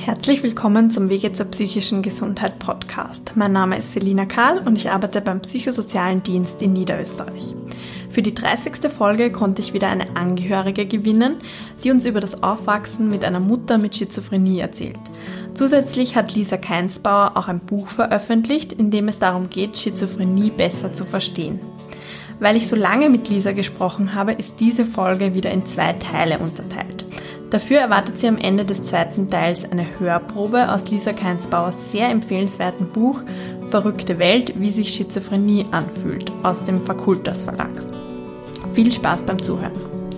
Herzlich willkommen zum Wege zur psychischen Gesundheit Podcast. Mein Name ist Selina Kahl und ich arbeite beim Psychosozialen Dienst in Niederösterreich. Für die 30. Folge konnte ich wieder eine Angehörige gewinnen, die uns über das Aufwachsen mit einer Mutter mit Schizophrenie erzählt. Zusätzlich hat Lisa Keinsbauer auch ein Buch veröffentlicht, in dem es darum geht, Schizophrenie besser zu verstehen. Weil ich so lange mit Lisa gesprochen habe, ist diese Folge wieder in 2 Teile unterteilt. Dafür erwartet sie am Ende des 2. Teils eine Hörprobe aus Lisa Keinsbauers sehr empfehlenswerten Buch Verrückte Welt, wie sich Schizophrenie anfühlt, aus dem Fakultas Verlag. Viel Spaß beim Zuhören.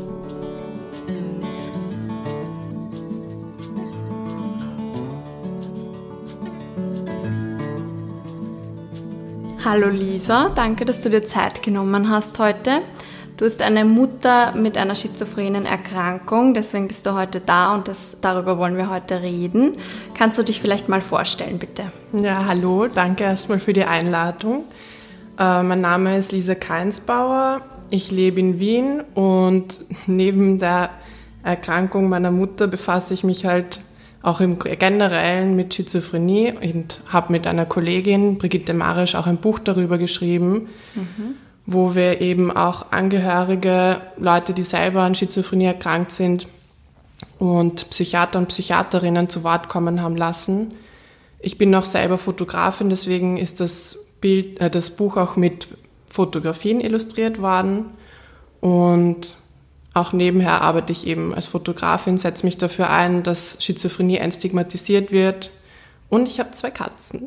Hallo Lisa, danke, dass du dir Zeit genommen hast heute. Du bist eine Mutter mit einer schizophrenen Erkrankung, deswegen bist du heute da und darüber wollen wir heute reden. Kannst du dich vielleicht mal vorstellen, bitte? Ja, hallo, danke erstmal für die Einladung. Mein Name ist Lisa Keinsbauer, ich lebe in Wien und neben der Erkrankung meiner Mutter befasse ich mich halt auch im Generellen mit Schizophrenie und habe mit einer Kollegin, Brigitte Marisch, auch ein Buch darüber geschrieben, wo wir eben auch Angehörige, Leute, die selber an Schizophrenie erkrankt sind und Psychiater und Psychiaterinnen zu Wort kommen haben lassen. Ich bin auch selber Fotografin, deswegen ist das Buch auch mit Fotografien illustriert worden und auch nebenher arbeite ich eben als Fotografin, setze mich dafür ein, dass Schizophrenie entstigmatisiert wird und ich habe 2 Katzen.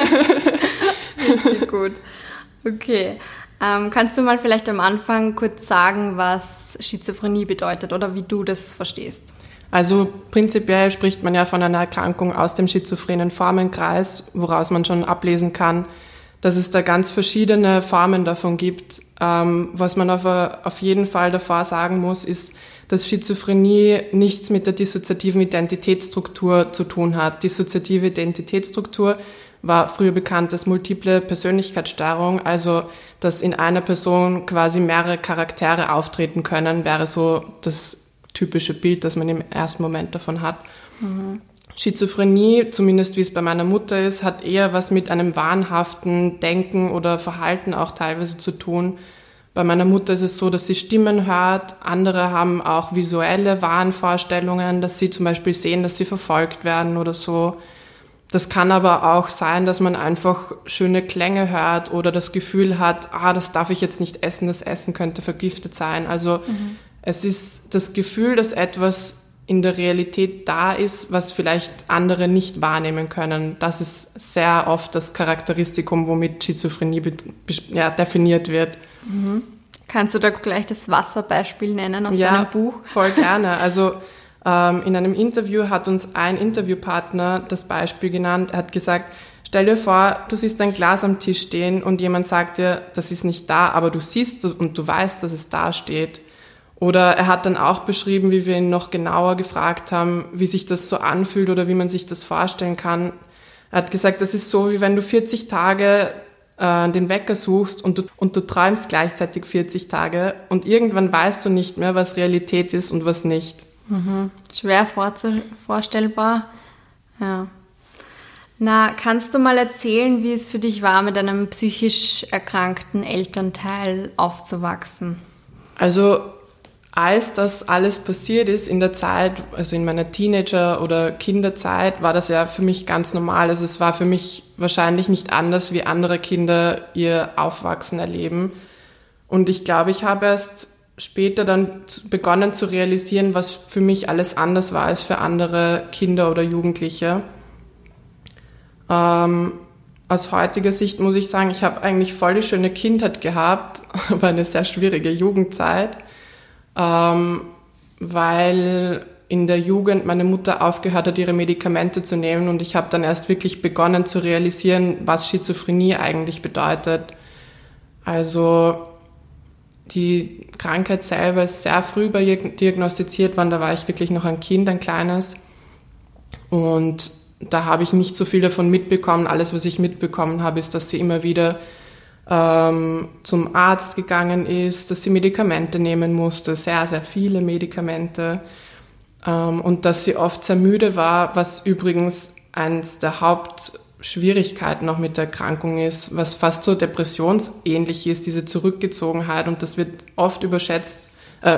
Richtig gut. Okay. Kannst du mal vielleicht am Anfang kurz sagen, was Schizophrenie bedeutet oder wie du das verstehst? Also prinzipiell spricht man ja von einer Erkrankung aus dem schizophrenen Formenkreis, woraus man schon ablesen kann, dass es da ganz verschiedene Formen davon gibt. Was man auf jeden Fall davor sagen muss, ist, dass Schizophrenie nichts mit der dissoziativen Identitätsstruktur zu tun hat. Dissoziative Identitätsstruktur war früher bekannt als multiple Persönlichkeitsstörung, also dass in einer Person quasi mehrere Charaktere auftreten können, wäre so das typische Bild, das man im ersten Moment davon hat. Schizophrenie, zumindest wie es bei meiner Mutter ist, hat eher was mit einem wahnhaften Denken oder Verhalten auch teilweise zu tun. Bei meiner Mutter ist es so, dass sie Stimmen hört, andere haben auch visuelle Wahnvorstellungen, dass sie zum Beispiel sehen, dass sie verfolgt werden oder so. Das kann aber auch sein, dass man einfach schöne Klänge hört oder das Gefühl hat, das darf ich jetzt nicht essen, das Essen könnte vergiftet sein. Also es ist das Gefühl, dass etwas in der Realität da ist, was vielleicht andere nicht wahrnehmen können. Das ist sehr oft das Charakteristikum, womit Schizophrenie definiert wird. Kannst du da gleich das Wasserbeispiel nennen aus deinem Buch? Ja, voll gerne. Also in einem Interview hat uns ein Interviewpartner das Beispiel genannt. Er hat gesagt, stell dir vor, du siehst ein Glas am Tisch stehen und jemand sagt dir, das ist nicht da, aber du siehst und du weißt, dass es da steht. Oder er hat dann auch beschrieben, wie wir ihn noch genauer gefragt haben, wie sich das so anfühlt oder wie man sich das vorstellen kann. Er hat gesagt, das ist so, wie wenn du 40 Tage den Wecker suchst und du träumst gleichzeitig 40 Tage und irgendwann weißt du nicht mehr, was Realität ist und was nicht. Schwer vorstellbar. Ja. Na, kannst du mal erzählen, wie es für dich war, mit einem psychisch erkrankten Elternteil aufzuwachsen? Also als das alles passiert ist in der Zeit, also in meiner Teenager- oder Kinderzeit, war das ja für mich ganz normal. Also es war für mich wahrscheinlich nicht anders, wie andere Kinder ihr Aufwachsen erleben. Und ich glaube, ich habe erst später dann begonnen zu realisieren, was für mich alles anders war als für andere Kinder oder Jugendliche. Aus heutiger Sicht muss ich sagen, ich habe eigentlich voll die schöne Kindheit gehabt, aber eine sehr schwierige Jugendzeit, weil in der Jugend meine Mutter aufgehört hat, ihre Medikamente zu nehmen und ich habe dann erst wirklich begonnen zu realisieren, was Schizophrenie eigentlich bedeutet. Also die Krankheit selber ist sehr früh diagnostiziert worden, da war ich wirklich noch ein Kind, ein kleines. Und da habe ich nicht so viel davon mitbekommen. Alles, was ich mitbekommen habe, ist, dass sie immer wieder zum Arzt gegangen ist, dass sie Medikamente nehmen musste, sehr, sehr viele Medikamente. und dass sie oft sehr müde war, was übrigens eines der Hauptschwierigkeiten auch mit der Erkrankung ist, was fast so depressionsähnlich ist, diese Zurückgezogenheit, und das wird oft unterschätzt.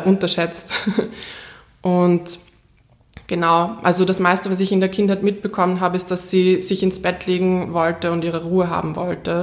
Und genau, also das meiste, was ich in der Kindheit mitbekommen habe, ist, dass sie sich ins Bett legen wollte und ihre Ruhe haben wollte.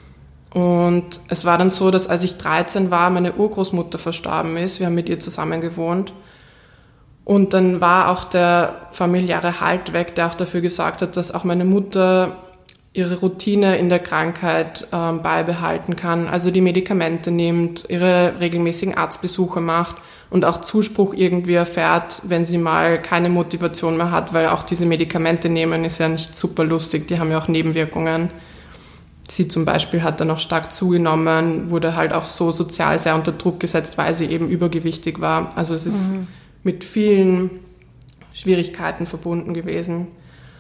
Und es war dann so, dass als ich 13 war, meine Urgroßmutter verstorben ist. Wir haben mit ihr zusammen gewohnt. Und dann war auch der familiäre Halt weg, der auch dafür gesorgt hat, dass auch meine Mutter ihre Routine in der Krankheit beibehalten kann. Also die Medikamente nimmt, ihre regelmäßigen Arztbesuche macht und auch Zuspruch irgendwie erfährt, wenn sie mal keine Motivation mehr hat, weil auch diese Medikamente nehmen ist ja nicht super lustig, die haben ja auch Nebenwirkungen. Sie zum Beispiel hat dann auch stark zugenommen, wurde halt auch so sozial sehr unter Druck gesetzt, weil sie eben übergewichtig war. Also es ist mit vielen Schwierigkeiten verbunden gewesen.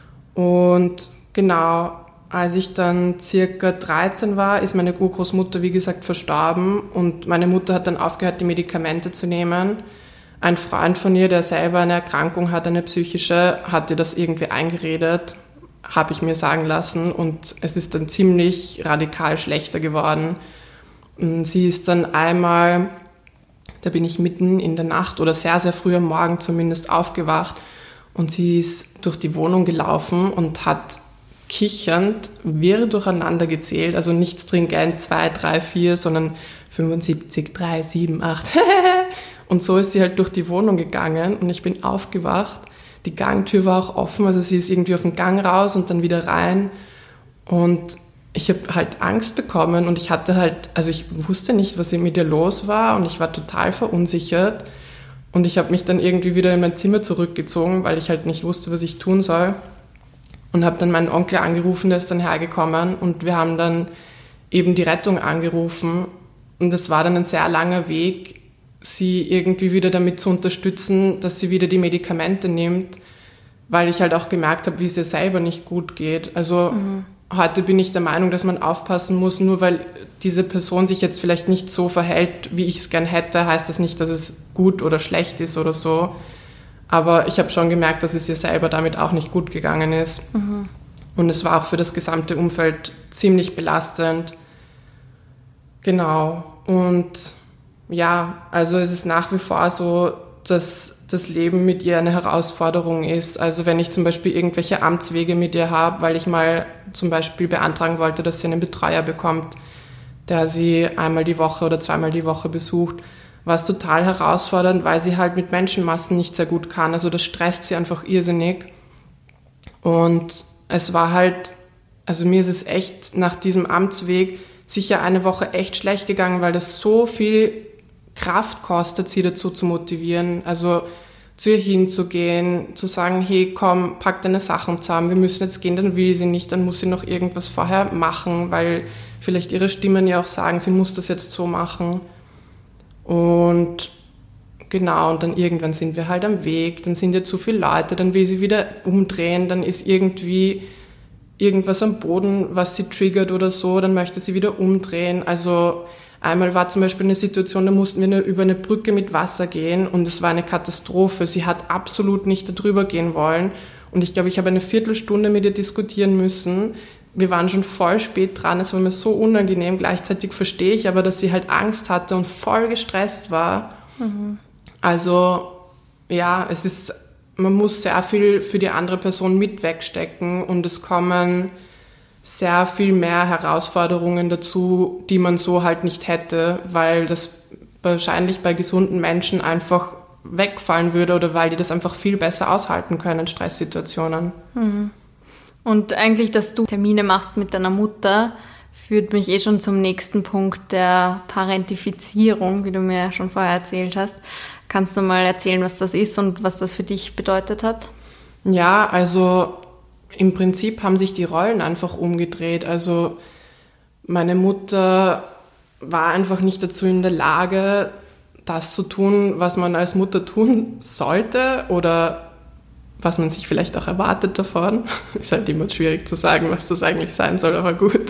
Und genau, als ich dann circa 13 war, ist meine Urgroßmutter, wie gesagt, verstorben und meine Mutter hat dann aufgehört, die Medikamente zu nehmen. Ein Freund von ihr, der selber eine Erkrankung hat, eine psychische, hat ihr das irgendwie eingeredet, habe ich mir sagen lassen, und es ist dann ziemlich radikal schlechter geworden. Sie ist dann einmal, da bin ich mitten in der Nacht oder sehr, sehr früh am Morgen zumindest aufgewacht, und sie ist durch die Wohnung gelaufen und hat kichernd wirr durcheinander gezählt, also nicht stringent 2, 3, 4, sondern 75, 3, 7, 8. Und so ist sie halt durch die Wohnung gegangen und ich bin aufgewacht. Die Gangtür war auch offen, also sie ist irgendwie auf den Gang raus und dann wieder rein. Und ich habe halt Angst bekommen und ich wusste nicht, was mit ihr los war und ich war total verunsichert. Und ich habe mich dann irgendwie wieder in mein Zimmer zurückgezogen, weil ich halt nicht wusste, was ich tun soll. Und habe dann meinen Onkel angerufen, der ist dann hergekommen und wir haben dann eben die Rettung angerufen. Und das war dann ein sehr langer Weg, sie irgendwie wieder damit zu unterstützen, dass sie wieder die Medikamente nimmt, weil ich halt auch gemerkt habe, wie es ihr selber nicht gut geht. Also heute bin ich der Meinung, dass man aufpassen muss, nur weil diese Person sich jetzt vielleicht nicht so verhält, wie ich es gern hätte, heißt das nicht, dass es gut oder schlecht ist oder so. Aber ich habe schon gemerkt, dass es ihr selber damit auch nicht gut gegangen ist. Und es war auch für das gesamte Umfeld ziemlich belastend. Genau. Und ja, also es ist nach wie vor so, dass das Leben mit ihr eine Herausforderung ist. Also wenn ich zum Beispiel irgendwelche Amtswege mit ihr habe, weil ich mal zum Beispiel beantragen wollte, dass sie einen Betreuer bekommt, der sie einmal die Woche oder zweimal die Woche besucht, war es total herausfordernd, weil sie halt mit Menschenmassen nicht sehr gut kann. Also das stresst sie einfach irrsinnig. Und es war halt, also mir ist es echt nach diesem Amtsweg sicher eine Woche echt schlecht gegangen, weil das so viel Kraft kostet, sie dazu zu motivieren. Also zu ihr hinzugehen, zu sagen, hey, komm, pack deine Sachen zusammen, wir müssen jetzt gehen, dann will sie nicht, dann muss sie noch irgendwas vorher machen, weil vielleicht ihre Stimmen ja auch sagen, sie muss das jetzt so machen. Und genau, und dann irgendwann sind wir halt am Weg, dann sind ja zu viele Leute, dann will sie wieder umdrehen, dann ist irgendwie irgendwas am Boden, was sie triggert oder so, dann möchte sie wieder umdrehen. Also einmal war zum Beispiel eine Situation, da mussten wir über eine Brücke mit Wasser gehen und es war eine Katastrophe. Sie hat absolut nicht darüber gehen wollen und ich glaube, ich habe eine Viertelstunde mit ihr diskutieren müssen. Wir waren schon voll spät dran, es war mir so unangenehm. Gleichzeitig verstehe ich aber, dass sie halt Angst hatte und voll gestresst war. Also ja, man muss sehr viel für die andere Person mit wegstecken und es kommen sehr viel mehr Herausforderungen dazu, die man so halt nicht hätte, weil das wahrscheinlich bei gesunden Menschen einfach wegfallen würde oder weil die das einfach viel besser aushalten können, Stresssituationen. Und eigentlich, dass du Termine machst mit deiner Mutter, führt mich schon zum nächsten Punkt der Parentifizierung, wie du mir ja schon vorher erzählt hast. Kannst du mal erzählen, was das ist und was das für dich bedeutet hat? Ja, also im Prinzip haben sich die Rollen einfach umgedreht. Also meine Mutter war einfach nicht dazu in der Lage, das zu tun, was man als Mutter tun sollte oder was man sich vielleicht auch erwartet davon. Ist halt immer schwierig zu sagen, was das eigentlich sein soll, aber gut.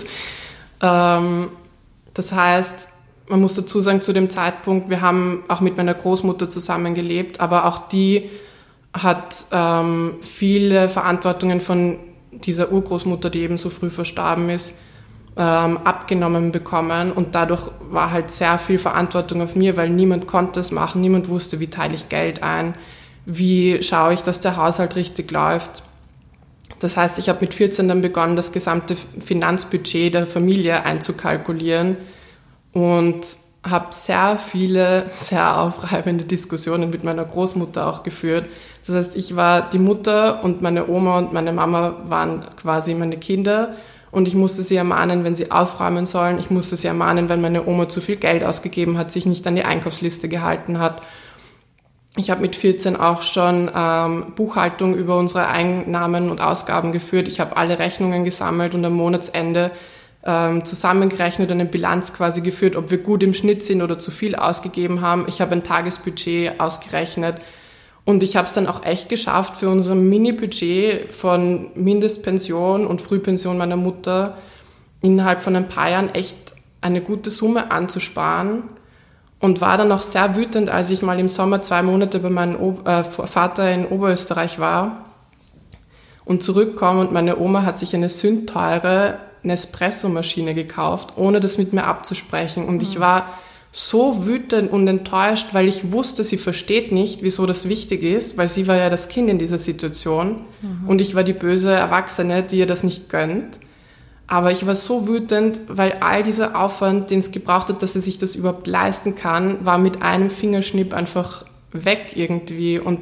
Das heißt, man muss dazu sagen, zu dem Zeitpunkt, wir haben auch mit meiner Großmutter zusammengelebt, aber auch die hat viele Verantwortungen von dieser Urgroßmutter, die eben so früh verstorben ist, abgenommen bekommen. Und dadurch war halt sehr viel Verantwortung auf mir, weil niemand konnte es machen, niemand wusste, wie teile ich Geld ein, wie schaue ich, dass der Haushalt richtig läuft. Das heißt, ich habe mit 14 dann begonnen, das gesamte Finanzbudget der Familie einzukalkulieren und habe sehr viele, sehr aufreibende Diskussionen mit meiner Großmutter auch geführt. Das heißt, ich war die Mutter und meine Oma und meine Mama waren quasi meine Kinder und ich musste sie ermahnen, wenn sie aufräumen sollen. Ich musste sie ermahnen, wenn meine Oma zu viel Geld ausgegeben hat, sich nicht an die Einkaufsliste gehalten hat. Ich habe mit 14 auch schon Buchhaltung über unsere Einnahmen und Ausgaben geführt. Ich habe alle Rechnungen gesammelt und am Monatsende zusammengerechnet und eine Bilanz quasi geführt, ob wir gut im Schnitt sind oder zu viel ausgegeben haben. Ich habe ein Tagesbudget ausgerechnet und ich habe es dann auch echt geschafft, für unser Mini-Budget von Mindestpension und Frühpension meiner Mutter innerhalb von ein paar Jahren echt eine gute Summe anzusparen. Und war dann auch sehr wütend, als ich mal im Sommer 2 Monate bei meinem Vater in Oberösterreich war und zurückkomme und meine Oma hat sich eine sündteure Nespresso-Maschine gekauft, ohne das mit mir abzusprechen. Und ich war so wütend und enttäuscht, weil ich wusste, sie versteht nicht, wieso das wichtig ist, weil sie war ja das Kind in dieser Situation und ich war die böse Erwachsene, die ihr das nicht gönnt. Aber ich war so wütend, weil all dieser Aufwand, den es gebraucht hat, dass sie sich das überhaupt leisten kann, war mit einem Fingerschnipp einfach weg irgendwie. Und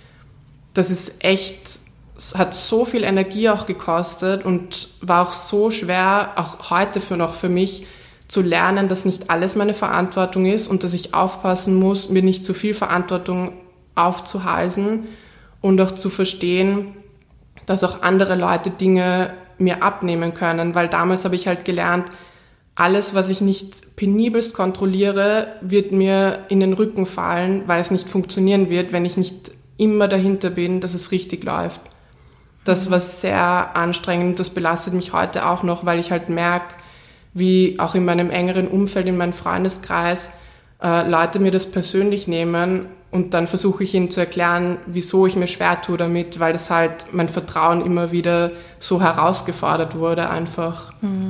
das ist echt, hat so viel Energie auch gekostet und war auch so schwer, auch heute für mich, zu lernen, dass nicht alles meine Verantwortung ist und dass ich aufpassen muss, mir nicht zu viel Verantwortung aufzuhalsen und auch zu verstehen, dass auch andere Leute Dinge mir abnehmen können, weil damals habe ich halt gelernt, alles, was ich nicht penibelst kontrolliere, wird mir in den Rücken fallen, weil es nicht funktionieren wird, wenn ich nicht immer dahinter bin, dass es richtig läuft. Das war sehr anstrengend, das belastet mich heute auch noch, weil ich halt merke, wie auch in meinem engeren Umfeld, in meinem Freundeskreis, Leute mir das persönlich nehmen und dann versuche ich ihnen zu erklären, wieso ich mir schwer tue damit, weil das halt mein Vertrauen immer wieder so herausgefordert wurde einfach.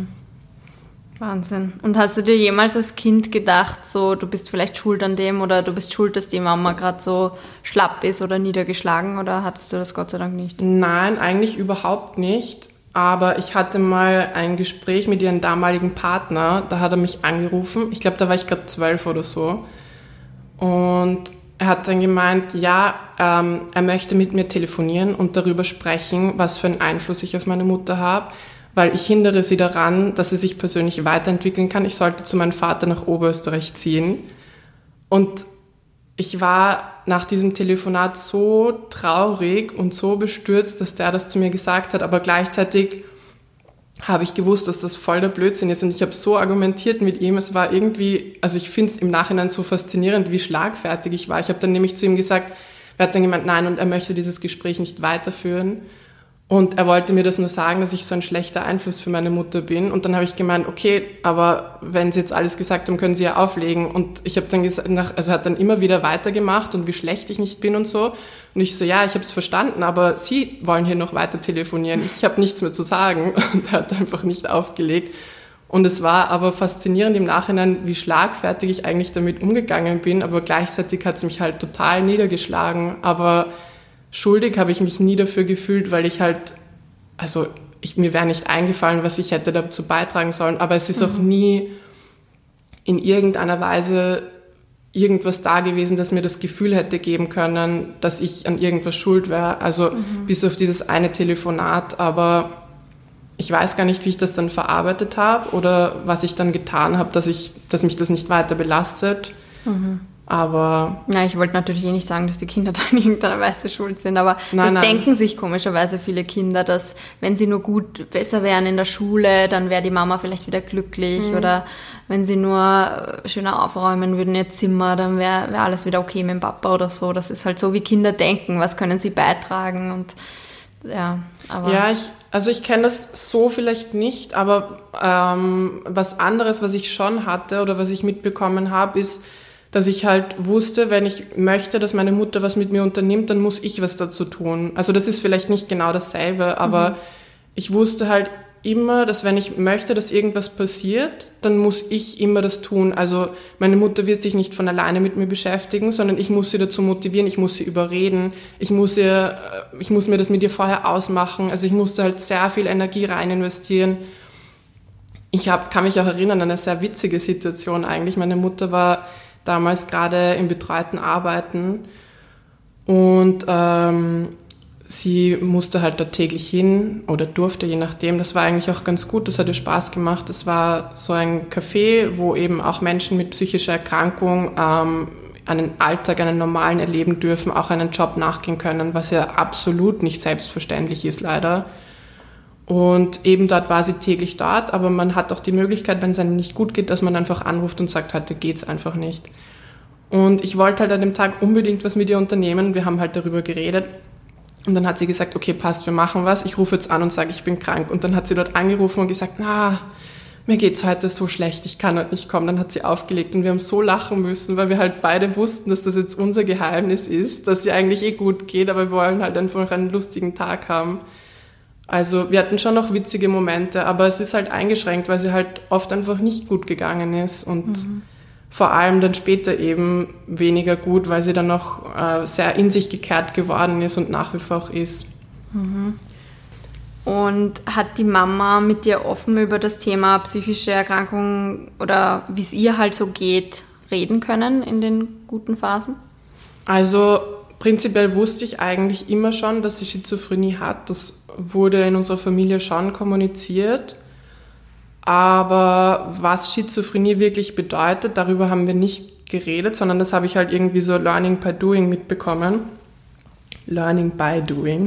Wahnsinn. Und hast du dir jemals als Kind gedacht, so du bist vielleicht schuld an dem oder du bist schuld, dass die Mama gerade so schlapp ist oder niedergeschlagen oder hattest du das Gott sei Dank nicht? Nein, eigentlich überhaupt nicht. Aber ich hatte mal ein Gespräch mit ihrem damaligen Partner, da hat er mich angerufen, ich glaube, da war ich gerade 12 oder so. Und er hat dann gemeint, ja, er möchte mit mir telefonieren und darüber sprechen, was für einen Einfluss ich auf meine Mutter habe, weil ich hindere sie daran, dass sie sich persönlich weiterentwickeln kann. Ich sollte zu meinem Vater nach Oberösterreich ziehen. Und ich war nach diesem Telefonat so traurig und so bestürzt, dass der das zu mir gesagt hat, aber gleichzeitig habe ich gewusst, dass das voll der Blödsinn ist und ich habe so argumentiert mit ihm, es war irgendwie, also ich finde es im Nachhinein so faszinierend, wie schlagfertig ich war. Ich habe dann nämlich zu ihm gesagt, er hat dann gemeint, nein, und er möchte dieses Gespräch nicht weiterführen. Und er wollte mir das nur sagen, dass ich so ein schlechter Einfluss für meine Mutter bin. Und dann habe ich gemeint, okay, aber wenn Sie jetzt alles gesagt haben, können Sie ja auflegen. Und ich habe dann gesagt, also er hat dann immer wieder weitergemacht und wie schlecht ich nicht bin und so. Und ich so, ja, ich habe es verstanden, aber Sie wollen hier noch weiter telefonieren. Ich habe nichts mehr zu sagen. Und er hat einfach nicht aufgelegt. Und es war aber faszinierend im Nachhinein, wie schlagfertig ich eigentlich damit umgegangen bin. Aber gleichzeitig hat es mich halt total niedergeschlagen. Aber schuldig habe ich mich nie dafür gefühlt, weil ich halt, also mir wäre nicht eingefallen, was ich hätte dazu beitragen sollen, aber es ist auch nie in irgendeiner Weise irgendwas da gewesen, das mir das Gefühl hätte geben können, dass ich an irgendwas schuld wäre, also bis auf dieses eine Telefonat, aber ich weiß gar nicht, wie ich das dann verarbeitet habe oder was ich dann getan habe, dass mich das nicht weiter belastet. Aber na, ich wollte natürlich nicht sagen, dass die Kinder da in irgendeiner Weise schuld sind, aber nein. Denken sich komischerweise viele Kinder, dass wenn sie nur besser wären in der Schule, dann wäre die Mama vielleicht wieder glücklich oder wenn sie nur schöner aufräumen würden ihr Zimmer, dann wäre alles wieder okay mit dem Papa oder so. Das ist halt so, wie Kinder denken, was können sie beitragen und ja, aber... Ja, ich kenne das so vielleicht nicht, aber was anderes, was ich schon hatte oder was ich mitbekommen habe, ist, dass ich halt wusste, wenn ich möchte, dass meine Mutter was mit mir unternimmt, dann muss ich was dazu tun. Also das ist vielleicht nicht genau dasselbe, aber ich wusste halt immer, dass wenn ich möchte, dass irgendwas passiert, dann muss ich immer das tun. Also meine Mutter wird sich nicht von alleine mit mir beschäftigen, sondern ich muss sie dazu motivieren, ich muss sie überreden, ich muss mir das mit ihr vorher ausmachen. Also ich musste halt sehr viel Energie rein investieren. Kann mich auch erinnern an eine sehr witzige Situation eigentlich. Meine Mutter war damals gerade im betreuten Arbeiten und sie musste halt da täglich hin oder durfte, je nachdem. Das war eigentlich auch ganz gut, das hat ihr Spaß gemacht. Das war so ein Café, wo eben auch Menschen mit psychischer Erkrankung einen Alltag, einen normalen erleben dürfen, auch einen Job nachgehen können, was ja absolut nicht selbstverständlich ist, leider. Und eben dort war sie täglich dort, aber man hat auch die Möglichkeit, wenn es einem nicht gut geht, dass man einfach anruft und sagt, heute geht's einfach nicht. Und ich wollte halt an dem Tag unbedingt was mit ihr unternehmen. Wir haben halt darüber geredet. Und dann hat sie gesagt, okay, passt, wir machen was. Ich rufe jetzt an und sage, ich bin krank. Und dann hat sie dort angerufen und gesagt, mir geht's heute so schlecht, ich kann heute nicht kommen. Dann hat sie aufgelegt und wir haben so lachen müssen, weil wir halt beide wussten, dass das jetzt unser Geheimnis ist, dass sie eigentlich gut geht, aber wir wollen halt einfach einen lustigen Tag haben. Also wir hatten schon noch witzige Momente, aber es ist halt eingeschränkt, weil sie halt oft einfach nicht gut gegangen ist und vor allem dann später eben weniger gut, weil sie dann noch sehr in sich gekehrt geworden ist und nach wie vor auch ist. Und hat die Mama mit dir offen über das Thema psychische Erkrankung oder wie es ihr halt so geht, reden können in den guten Phasen? Also prinzipiell wusste ich eigentlich immer schon, dass sie Schizophrenie hat. Das wurde in unserer Familie schon kommuniziert. Aber was Schizophrenie wirklich bedeutet, darüber haben wir nicht geredet, sondern das habe ich halt irgendwie so Learning by Doing mitbekommen. Learning by Doing.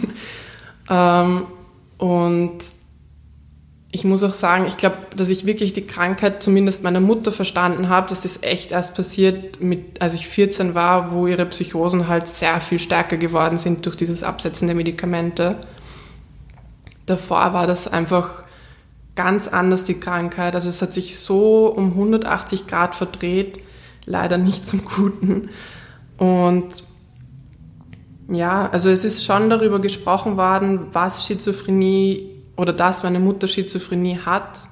Und ich muss auch sagen, ich glaube, dass ich wirklich die Krankheit zumindest meiner Mutter verstanden habe, dass das echt erst passiert, als ich 14 war, wo ihre Psychosen halt sehr viel stärker geworden sind durch dieses Absetzen der Medikamente. Davor war das einfach ganz anders, die Krankheit. Also es hat sich so um 180 Grad verdreht, leider nicht zum Guten. Und ja, also es ist schon darüber gesprochen worden, was Schizophrenie oder dass meine Mutter Schizophrenie hat,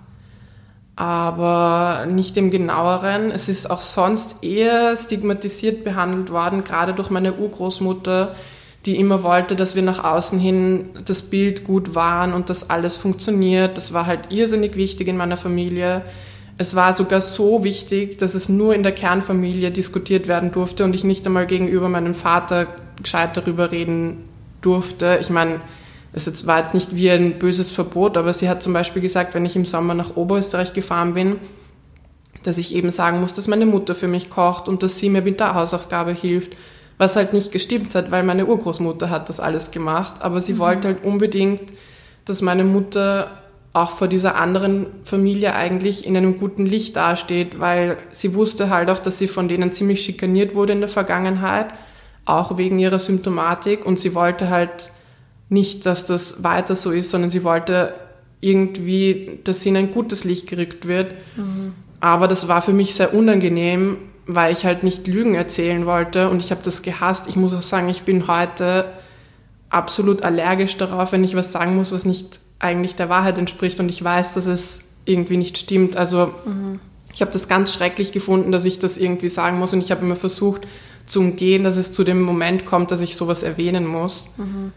aber nicht im Genaueren. Es ist auch sonst eher stigmatisiert behandelt worden, gerade durch meine Urgroßmutter, die immer wollte, dass wir nach außen hin das Bild gut wahren und dass alles funktioniert. Das war halt irrsinnig wichtig in meiner Familie. Es war sogar so wichtig, dass es nur in der Kernfamilie diskutiert werden durfte und ich nicht einmal gegenüber meinem Vater gescheit darüber reden durfte. Ich meine, es war jetzt nicht wie ein böses Verbot, aber sie hat zum Beispiel gesagt, wenn ich im Sommer nach Oberösterreich gefahren bin, dass ich eben sagen muss, dass meine Mutter für mich kocht und dass sie mir mit der Hausaufgabe hilft, was halt nicht gestimmt hat, weil meine Urgroßmutter hat das alles gemacht, aber sie wollte halt unbedingt, dass meine Mutter auch vor dieser anderen Familie eigentlich in einem guten Licht dasteht, weil sie wusste halt auch, dass sie von denen ziemlich schikaniert wurde in der Vergangenheit, auch wegen ihrer Symptomatik und sie wollte halt nicht, dass das weiter so ist, sondern sie wollte irgendwie, dass sie in ein gutes Licht gerückt wird. Aber das war für mich sehr unangenehm, weil ich halt nicht Lügen erzählen wollte und ich habe das gehasst. Ich muss auch sagen, ich bin heute absolut allergisch darauf, wenn ich was sagen muss, was nicht eigentlich der Wahrheit entspricht und ich weiß, dass es irgendwie nicht stimmt. Also ich habe das ganz schrecklich gefunden, dass ich das irgendwie sagen muss und ich habe immer versucht zu umgehen, dass es zu dem Moment kommt, dass ich sowas erwähnen muss.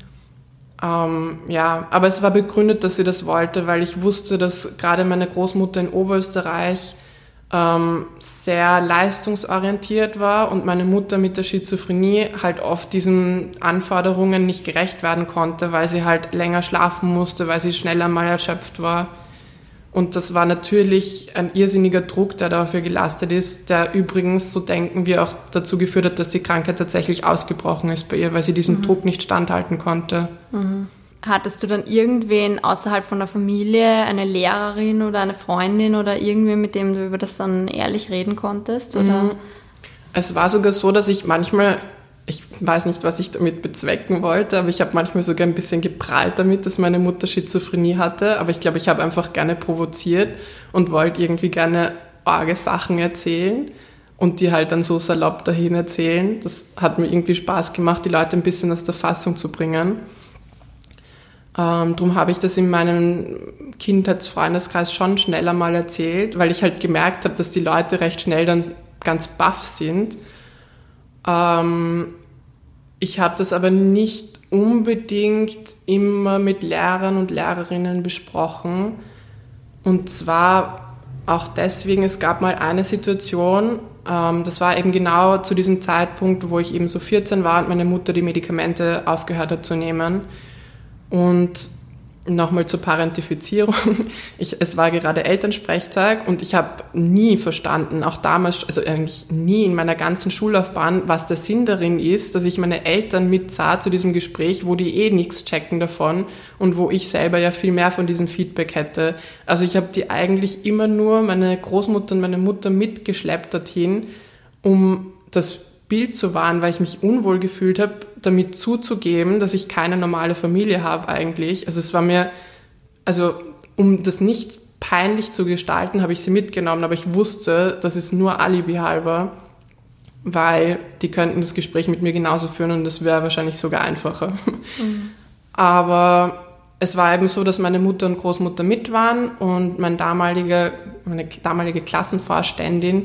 Ja, aber es war begründet, dass sie das wollte, weil ich wusste, dass gerade meine Großmutter in Oberösterreich sehr leistungsorientiert war und meine Mutter mit der Schizophrenie halt oft diesen Anforderungen nicht gerecht werden konnte, weil sie halt länger schlafen musste, weil sie schneller mal erschöpft war. Und das war natürlich ein irrsinniger Druck, der dafür gelastet ist, der übrigens, so denken wir, auch dazu geführt hat, dass die Krankheit tatsächlich ausgebrochen ist bei ihr, weil sie diesem Druck nicht standhalten konnte. Hattest du dann irgendwen außerhalb von der Familie, eine Lehrerin oder eine Freundin oder irgendwen, mit dem du über das dann ehrlich reden konntest? Oder? Es war sogar so, dass ich manchmal, ich weiß nicht, was ich damit bezwecken wollte, aber ich habe manchmal sogar ein bisschen geprahlt damit, dass meine Mutter Schizophrenie hatte. Aber ich glaube, ich habe einfach gerne provoziert und wollte irgendwie gerne arge Sachen erzählen. und die halt dann so salopp dahin erzählen. Das hat mir irgendwie Spaß gemacht, die Leute ein bisschen aus der Fassung zu bringen. Darum habe ich das in meinem Kindheitsfreundeskreis schon schneller mal erzählt, weil ich halt gemerkt habe, dass die Leute recht schnell dann ganz baff sind. Ich habe das aber nicht unbedingt immer mit Lehrern und Lehrerinnen besprochen. Und zwar auch deswegen, es gab mal eine Situation, das war eben genau zu diesem Zeitpunkt, wo ich eben so 14 war und meine Mutter die Medikamente aufgehört hat zu nehmen. Und nochmal zur Parentifizierung. Es war gerade Elternsprechtag und ich habe nie verstanden, auch damals, also eigentlich nie in meiner ganzen Schullaufbahn, was der Sinn darin ist, dass ich meine Eltern mitsah zu diesem Gespräch, wo die nichts checken davon und wo ich selber ja viel mehr von diesem Feedback hätte. Also ich habe die eigentlich immer nur, meine Großmutter und meine Mutter mitgeschleppt dorthin, um das Bild zu wahren, weil ich mich unwohl gefühlt habe, damit zuzugeben, dass ich keine normale Familie habe eigentlich. Also es war mir, also um das nicht peinlich zu gestalten, habe ich sie mitgenommen, aber ich wusste, das ist nur Alibi halber, weil die könnten das Gespräch mit mir genauso führen und das wäre wahrscheinlich sogar einfacher. Mhm. Aber es war eben so, dass meine Mutter und Großmutter mit waren und meine damalige Klassenvorständin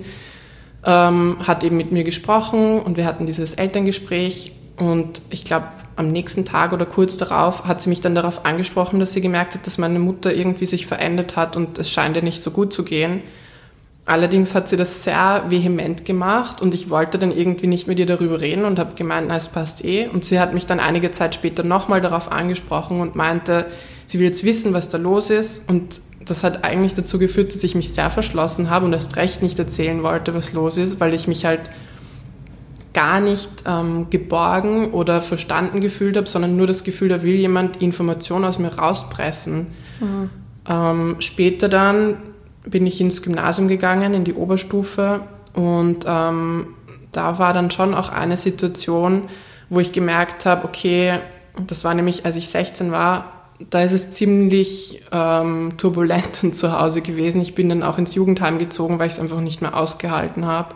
hat eben mit mir gesprochen und wir hatten dieses Elterngespräch und ich glaube, am nächsten Tag oder kurz darauf hat sie mich dann darauf angesprochen, dass sie gemerkt hat, dass meine Mutter irgendwie sich verändert hat und es scheint ihr nicht so gut zu gehen. Allerdings hat sie das sehr vehement gemacht und ich wollte dann irgendwie nicht mit ihr darüber reden und habe gemeint, na, es passt eh. Und sie hat mich dann einige Zeit später nochmal darauf angesprochen und meinte, sie will jetzt wissen, was da los ist. Und das hat eigentlich dazu geführt, dass ich mich sehr verschlossen habe und erst recht nicht erzählen wollte, was los ist, weil ich mich halt gar nicht geborgen oder verstanden gefühlt habe, sondern nur das Gefühl, da will jemand Informationen aus mir rauspressen. Mhm. Später dann bin ich ins Gymnasium gegangen, in die Oberstufe und da war dann schon auch eine Situation, wo ich gemerkt habe, okay, das war nämlich, als ich 16 war, da ist es ziemlich turbulent zu Hause gewesen. Ich bin dann auch ins Jugendheim gezogen, weil ich es einfach nicht mehr ausgehalten habe.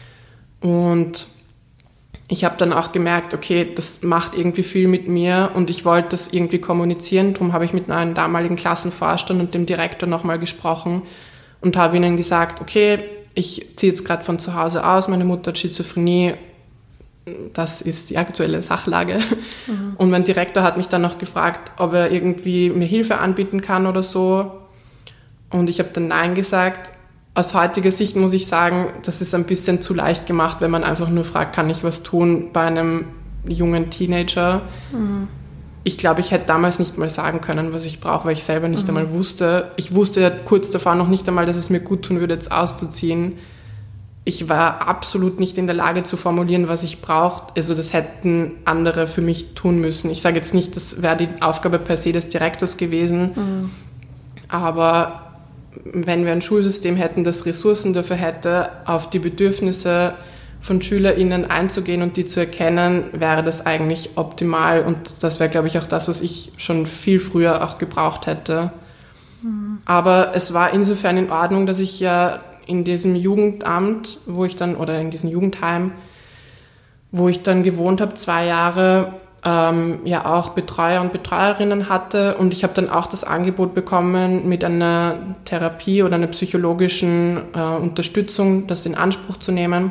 Und ich habe dann auch gemerkt, okay, das macht irgendwie viel mit mir und ich wollte das irgendwie kommunizieren. Darum habe ich mit meinem damaligen Klassenvorstand und dem Direktor nochmal gesprochen und habe ihnen gesagt, okay, ich ziehe jetzt gerade von zu Hause aus, meine Mutter hat Schizophrenie, das ist die aktuelle Sachlage. Mhm. Und mein Direktor hat mich dann noch gefragt, ob er irgendwie mir Hilfe anbieten kann oder so. Und ich habe dann Nein gesagt. Aus heutiger Sicht muss ich sagen, das ist ein bisschen zu leicht gemacht, wenn man einfach nur fragt, kann ich was tun bei einem jungen Teenager. Mhm. Ich glaube, ich hätte damals nicht mal sagen können, was ich brauche, weil ich selber nicht einmal wusste. Ich wusste ja kurz davor noch nicht einmal, dass es mir gut tun würde, jetzt auszuziehen. Ich war absolut nicht in der Lage zu formulieren, was ich brauche. Also das hätten andere für mich tun müssen. Ich sage jetzt nicht, das wäre die Aufgabe per se des Direktors gewesen. Aber wenn wir ein Schulsystem hätten, das Ressourcen dafür hätte, auf die Bedürfnisse von SchülerInnen einzugehen und die zu erkennen, wäre das eigentlich optimal. Und das wäre, glaube ich, auch das, was ich schon viel früher auch gebraucht hätte. Aber es war insofern in Ordnung, dass ich ja in diesem Jugendamt, oder in diesem Jugendheim, wo ich dann gewohnt habe, 2 Jahre, ja auch Betreuer und Betreuerinnen hatte. Und ich habe dann auch das Angebot bekommen, mit einer Therapie oder einer psychologischen Unterstützung das in Anspruch zu nehmen.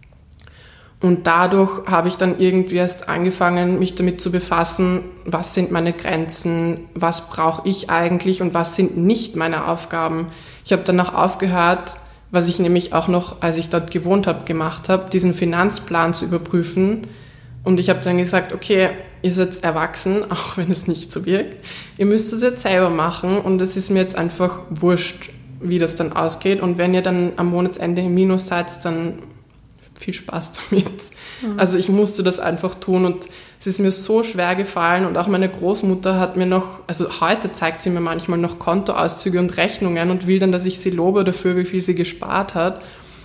Und dadurch habe ich dann irgendwie erst angefangen, mich damit zu befassen, was sind meine Grenzen, was brauche ich eigentlich und was sind nicht meine Aufgaben. Ich habe dann auch aufgehört, was ich nämlich auch noch, als ich dort gewohnt habe, gemacht habe, diesen Finanzplan zu überprüfen. Und ich habe dann gesagt, okay, ihr seid erwachsen, auch wenn es nicht so wirkt. Ihr müsst es jetzt selber machen und es ist mir jetzt einfach wurscht, wie das dann ausgeht. Und wenn ihr dann am Monatsende im Minus seid, dann viel Spaß damit. Mhm. Also ich musste das einfach tun und es ist mir so schwer gefallen und auch meine Großmutter hat mir noch, also heute zeigt sie mir manchmal noch Kontoauszüge und Rechnungen und will dann, dass ich sie lobe dafür, wie viel sie gespart hat.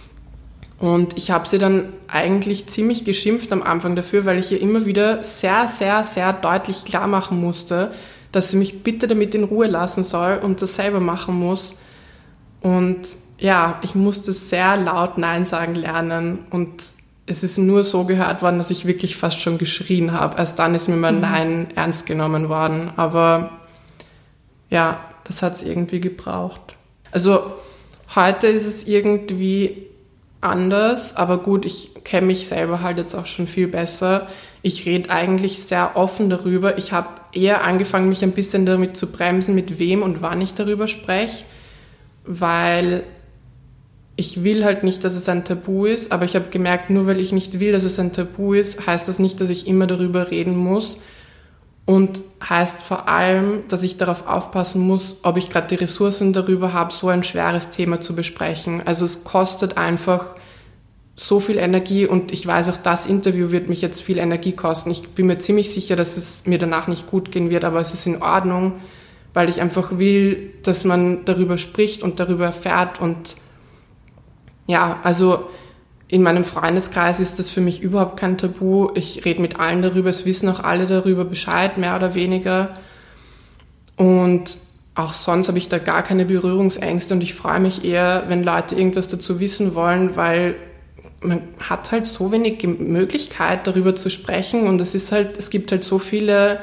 Und ich habe sie dann eigentlich ziemlich geschimpft am Anfang dafür, weil ich ihr immer wieder sehr, sehr, sehr deutlich klar machen musste, dass sie mich bitte damit in Ruhe lassen soll und das selber machen muss. Und ja, ich musste sehr laut Nein sagen lernen und es ist nur so gehört worden, dass ich wirklich fast schon geschrien habe. Erst dann ist mir mein Nein ernst genommen worden. Aber ja, das hat es irgendwie gebraucht. Also heute ist es irgendwie anders, aber gut, ich kenne mich selber halt jetzt auch schon viel besser. Ich rede eigentlich sehr offen darüber. Ich habe eher angefangen, mich ein bisschen damit zu bremsen, mit wem und wann ich darüber spreche, weil ich will halt nicht, dass es ein Tabu ist, aber ich habe gemerkt, nur weil ich nicht will, dass es ein Tabu ist, heißt das nicht, dass ich immer darüber reden muss und heißt vor allem, dass ich darauf aufpassen muss, ob ich gerade die Ressourcen darüber habe, so ein schweres Thema zu besprechen. Also es kostet einfach so viel Energie und ich weiß auch, das Interview wird mich jetzt viel Energie kosten. Ich bin mir ziemlich sicher, dass es mir danach nicht gut gehen wird, aber es ist in Ordnung, weil ich einfach will, dass man darüber spricht und darüber erfährt und ja, also in meinem Freundeskreis ist das für mich überhaupt kein Tabu. Ich rede mit allen darüber, es wissen auch alle darüber Bescheid, mehr oder weniger. Und auch sonst habe ich da gar keine Berührungsängste und ich freue mich eher, wenn Leute irgendwas dazu wissen wollen, weil man hat halt so wenig Möglichkeit, darüber zu sprechen und es gibt halt so viele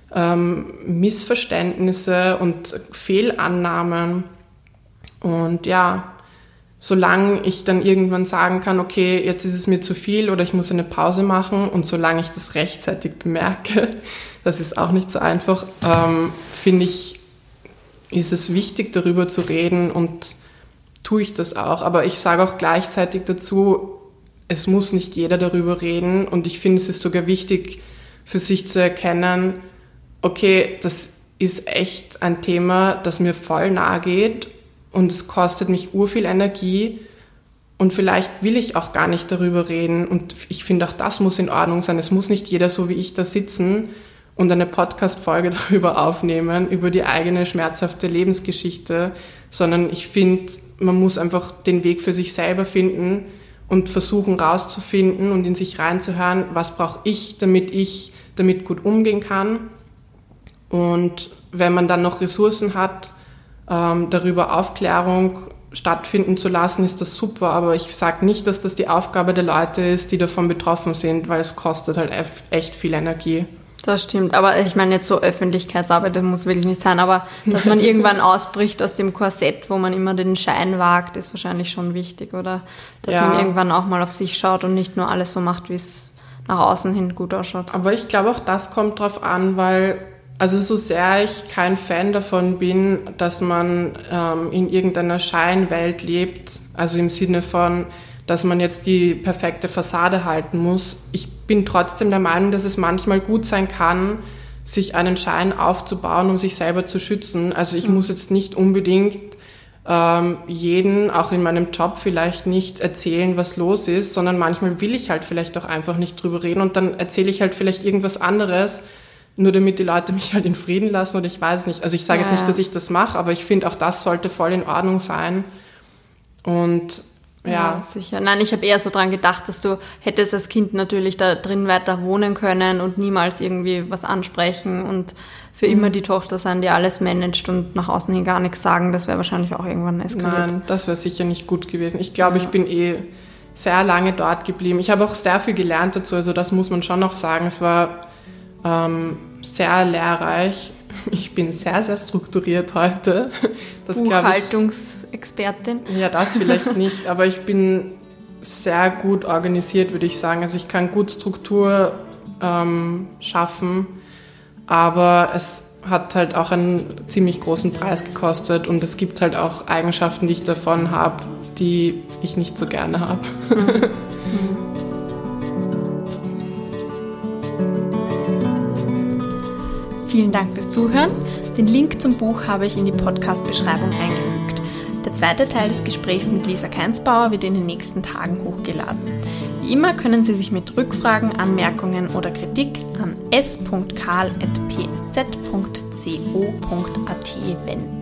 Missverständnisse und Fehlannahmen und ja, solange ich dann irgendwann sagen kann, okay, jetzt ist es mir zu viel oder ich muss eine Pause machen und solange ich das rechtzeitig bemerke, das ist auch nicht so einfach, finde ich, ist es wichtig, darüber zu reden und tue ich das auch. Aber ich sage auch gleichzeitig dazu, es muss nicht jeder darüber reden und ich finde, es ist sogar wichtig, für sich zu erkennen, okay, das ist echt ein Thema, das mir voll nahe geht und es kostet mich urviel Energie und vielleicht will ich auch gar nicht darüber reden und ich finde auch das muss in Ordnung sein. Es muss nicht jeder so wie ich da sitzen und eine Podcast-Folge darüber aufnehmen, über die eigene schmerzhafte Lebensgeschichte, sondern ich finde, man muss einfach den Weg für sich selber finden und versuchen rauszufinden und in sich reinzuhören, was brauche ich damit gut umgehen kann. Und wenn man dann noch Ressourcen hat, darüber Aufklärung stattfinden zu lassen, ist das super. Aber ich sage nicht, dass das die Aufgabe der Leute ist, die davon betroffen sind, weil es kostet halt echt viel Energie. Das stimmt, aber ich meine jetzt so Öffentlichkeitsarbeit, das muss wirklich nicht sein, aber dass man irgendwann ausbricht aus dem Korsett, wo man immer den Schein wagt, ist wahrscheinlich schon wichtig, oder? Dass man irgendwann auch mal auf sich schaut und nicht nur alles so macht, wie es nach außen hin gut ausschaut. Aber ich glaube auch das kommt drauf an, weil also so sehr ich kein Fan davon bin, dass man in irgendeiner Scheinwelt lebt, also im Sinne von, dass man jetzt die perfekte Fassade halten muss. Ich bin trotzdem der Meinung, dass es manchmal gut sein kann, sich einen Schein aufzubauen, um sich selber zu schützen. Also ich muss jetzt nicht unbedingt jeden, auch in meinem Job vielleicht nicht erzählen, was los ist, sondern manchmal will ich halt vielleicht auch einfach nicht drüber reden und dann erzähle ich halt vielleicht irgendwas anderes, nur damit die Leute mich halt in Frieden lassen oder ich weiß nicht. Also ich sage jetzt nicht, dass ich das mache, aber ich finde auch das sollte voll in Ordnung sein. Und ja, sicher. Nein, ich habe eher so dran gedacht, dass du hättest als Kind natürlich da drin weiter wohnen können und niemals irgendwie was ansprechen und für immer die Tochter sein, die alles managt und nach außen hin gar nichts sagen. Das wäre wahrscheinlich auch irgendwann eskaliert. Nein, das wäre sicher nicht gut gewesen. Ich glaube, ich bin sehr lange dort geblieben. Ich habe auch sehr viel gelernt dazu, also das muss man schon noch sagen. Es war sehr lehrreich. Ich bin sehr, sehr strukturiert heute. Buchhaltungsexpertin? Ja, das vielleicht nicht, aber ich bin sehr gut organisiert, würde ich sagen. Also ich kann gut Struktur schaffen, aber es hat halt auch einen ziemlich großen Preis gekostet und es gibt halt auch Eigenschaften, die ich davon habe, die ich nicht so gerne habe. Vielen Dank fürs Zuhören. Den Link zum Buch habe ich in die Podcast-Beschreibung eingefügt. Der zweite Teil des Gesprächs mit Lisa Keinsbauer wird in den nächsten Tagen hochgeladen. Wie immer können Sie sich mit Rückfragen, Anmerkungen oder Kritik an s.karl@psz.co.at wenden.